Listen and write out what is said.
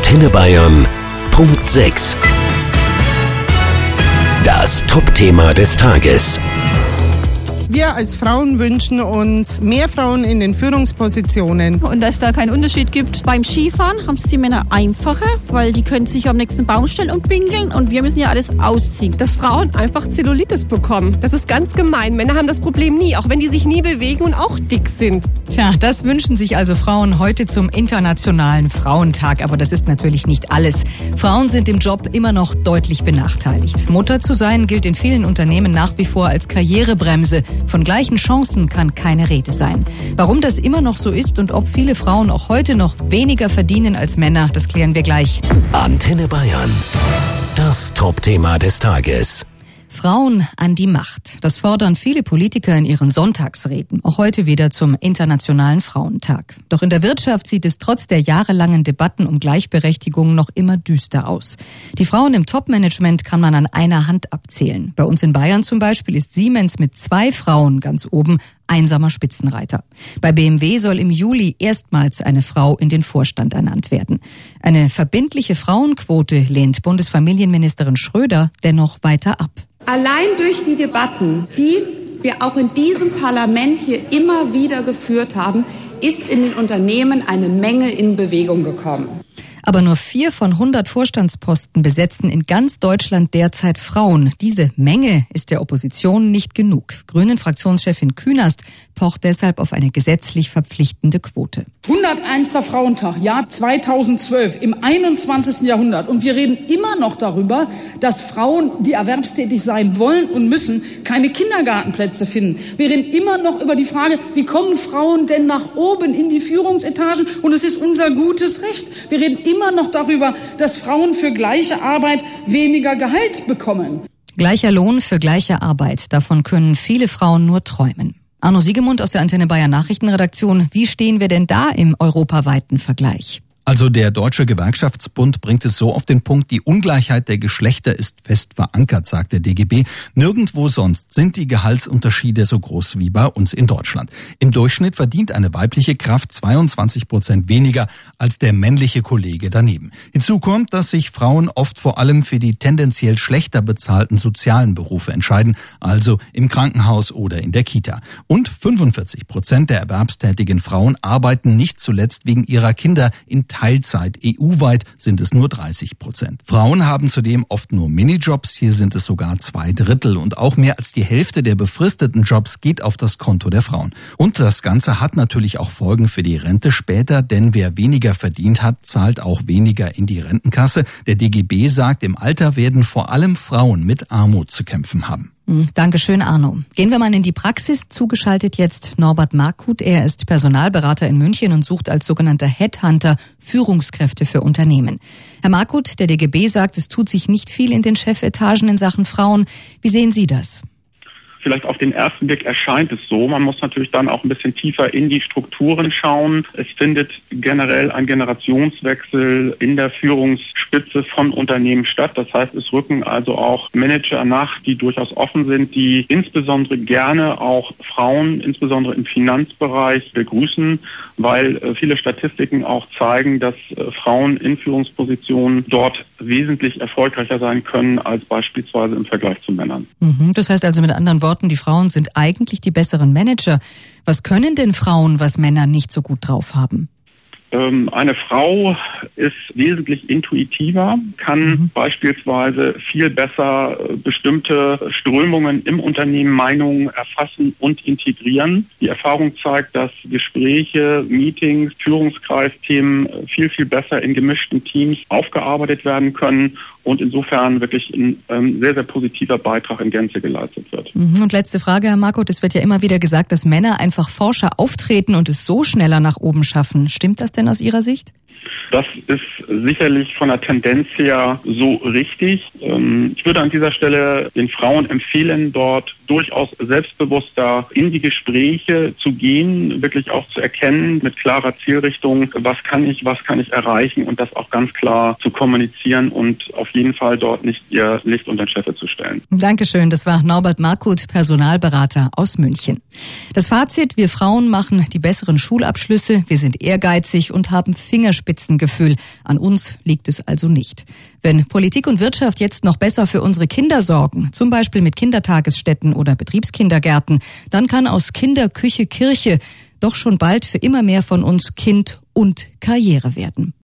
Antenne Bayern. Punkt 6. Das Top-Thema des Tages. Wir als Frauen wünschen uns mehr Frauen in den Führungspositionen. Und dass da keinen Unterschied gibt. Beim Skifahren haben es die Männer einfacher, weil die können sich am nächsten Baum stellen und pinkeln und wir müssen ja alles ausziehen. Dass Frauen einfach Zellulitis bekommen. Das ist ganz gemein. Männer haben das Problem nie, auch wenn die sich nie bewegen und auch dick sind. Tja, das wünschen sich also Frauen heute zum Internationalen Frauentag. Aber das ist natürlich nicht alles. Frauen sind im Job immer noch deutlich benachteiligt. Mutter zu sein gilt in vielen Unternehmen nach wie vor als Karrierebremse. Von gleichen Chancen kann keine Rede sein. Warum das immer noch so ist und ob viele Frauen auch heute noch weniger verdienen als Männer, das klären wir gleich. Antenne Bayern. Das Top-Thema des Tages. Frauen an die Macht. Das fordern viele Politiker in ihren Sonntagsreden, auch heute wieder zum Internationalen Frauentag. Doch in der Wirtschaft sieht es trotz der jahrelangen Debatten um Gleichberechtigung noch immer düster aus. Die Frauen im Top-Management kann man an einer Hand abzählen. Bei uns in Bayern zum Beispiel ist Siemens mit 2 Frauen ganz oben einsamer Spitzenreiter. Bei BMW soll im Juli erstmals eine Frau in den Vorstand ernannt werden. Eine verbindliche Frauenquote lehnt Bundesfamilienministerin Schröder dennoch weiter ab. Allein durch die Debatten, die wir auch in diesem Parlament hier immer wieder geführt haben, ist in den Unternehmen eine Menge in Bewegung gekommen. Aber nur 4 von 100 Vorstandsposten besetzen in ganz Deutschland derzeit Frauen. Diese Menge ist der Opposition nicht genug. Grünen-Fraktionschefin Künast pocht deshalb auf eine gesetzlich verpflichtende Quote. 101. Frauentag, Jahr 2012, im 21. Jahrhundert. Und wir reden immer noch darüber, dass Frauen, die erwerbstätig sein wollen und müssen, keine Kindergartenplätze finden. Wir reden immer noch über die Frage, wie kommen Frauen denn nach oben in die Führungsetagen? Und es ist unser gutes Recht. Wir reden immer noch darüber, dass Frauen für gleiche Arbeit weniger Gehalt bekommen. Gleicher Lohn für gleiche Arbeit. Davon können viele Frauen nur träumen. Arno Siegemund aus der Antenne Bayern Nachrichtenredaktion. Wie stehen wir denn da im europaweiten Vergleich? Also der Deutsche Gewerkschaftsbund bringt es so auf den Punkt, die Ungleichheit der Geschlechter ist fest verankert, sagt der DGB. Nirgendwo sonst sind die Gehaltsunterschiede so groß wie bei uns in Deutschland. Im Durchschnitt verdient eine weibliche Kraft 22% weniger als der männliche Kollege daneben. Hinzu kommt, dass sich Frauen oft vor allem für die tendenziell schlechter bezahlten sozialen Berufe entscheiden, also im Krankenhaus oder in der Kita. Und 45% der erwerbstätigen Frauen arbeiten nicht zuletzt wegen ihrer Kinder in Teilzeit. EU-weit sind es nur 30%. Frauen haben zudem oft nur Minijobs, hier sind es sogar 2/3 und auch mehr als die Hälfte der befristeten Jobs geht auf das Konto der Frauen. Und das Ganze hat natürlich auch Folgen für die Rente später, denn wer weniger verdient hat, zahlt auch weniger in die Rentenkasse. Der DGB sagt, im Alter werden vor allem Frauen mit Armut zu kämpfen haben. Dankeschön, Arno. Gehen wir mal in die Praxis. Zugeschaltet jetzt Norbert Markut. Er ist Personalberater in München und sucht als sogenannter Headhunter Führungskräfte für Unternehmen. Herr Markut, der DGB sagt, es tut sich nicht viel in den Chefetagen in Sachen Frauen. Wie sehen Sie das? Vielleicht auf den ersten Blick erscheint es so. Man muss natürlich dann auch ein bisschen tiefer in die Strukturen schauen. Es findet generell ein Generationswechsel in der Führungsspitze von Unternehmen statt. Das heißt, es rücken also auch Manager nach, die durchaus offen sind, die insbesondere gerne auch Frauen, insbesondere im Finanzbereich, begrüßen, weil viele Statistiken auch zeigen, dass Frauen in Führungspositionen dort wesentlich erfolgreicher sein können als beispielsweise im Vergleich zu Männern. Das heißt also mit anderen Worten, die Frauen sind eigentlich die besseren Manager. Was können denn Frauen, was Männer nicht so gut drauf haben? Eine Frau ist wesentlich intuitiver, kann beispielsweise viel besser bestimmte Strömungen im Unternehmen, Meinungen erfassen und integrieren. Die Erfahrung zeigt, dass Gespräche, Meetings, Führungskreisthemen viel, viel besser in gemischten Teams aufgearbeitet werden können und insofern wirklich ein sehr, sehr positiver Beitrag in Gänze geleistet wird. Und letzte Frage, Herr Markut, es wird ja immer wieder gesagt, dass Männer einfach forscher auftreten und es so schneller nach oben schaffen. Stimmt das denn aus Ihrer Sicht? Das ist sicherlich von der Tendenz her so richtig. Ich würde an dieser Stelle den Frauen empfehlen, dort durchaus selbstbewusster in die Gespräche zu gehen, wirklich auch zu erkennen mit klarer Zielrichtung, was kann ich erreichen und das auch ganz klar zu kommunizieren und auf jeden Fall dort nicht ihr Licht unter den Scheffel zu stellen. Dankeschön, das war Norbert Markut, Personalberater aus München. Das Fazit, wir Frauen machen die besseren Schulabschlüsse, wir sind ehrgeizig und haben Fingerspitzengefühl Fingerspitzengefühl. An uns liegt es also nicht. Wenn Politik und Wirtschaft jetzt noch besser für unsere Kinder sorgen, zum Beispiel mit Kindertagesstätten oder Betriebskindergärten, dann kann aus Kinderküche Kirche doch schon bald für immer mehr von uns Kind und Karriere werden.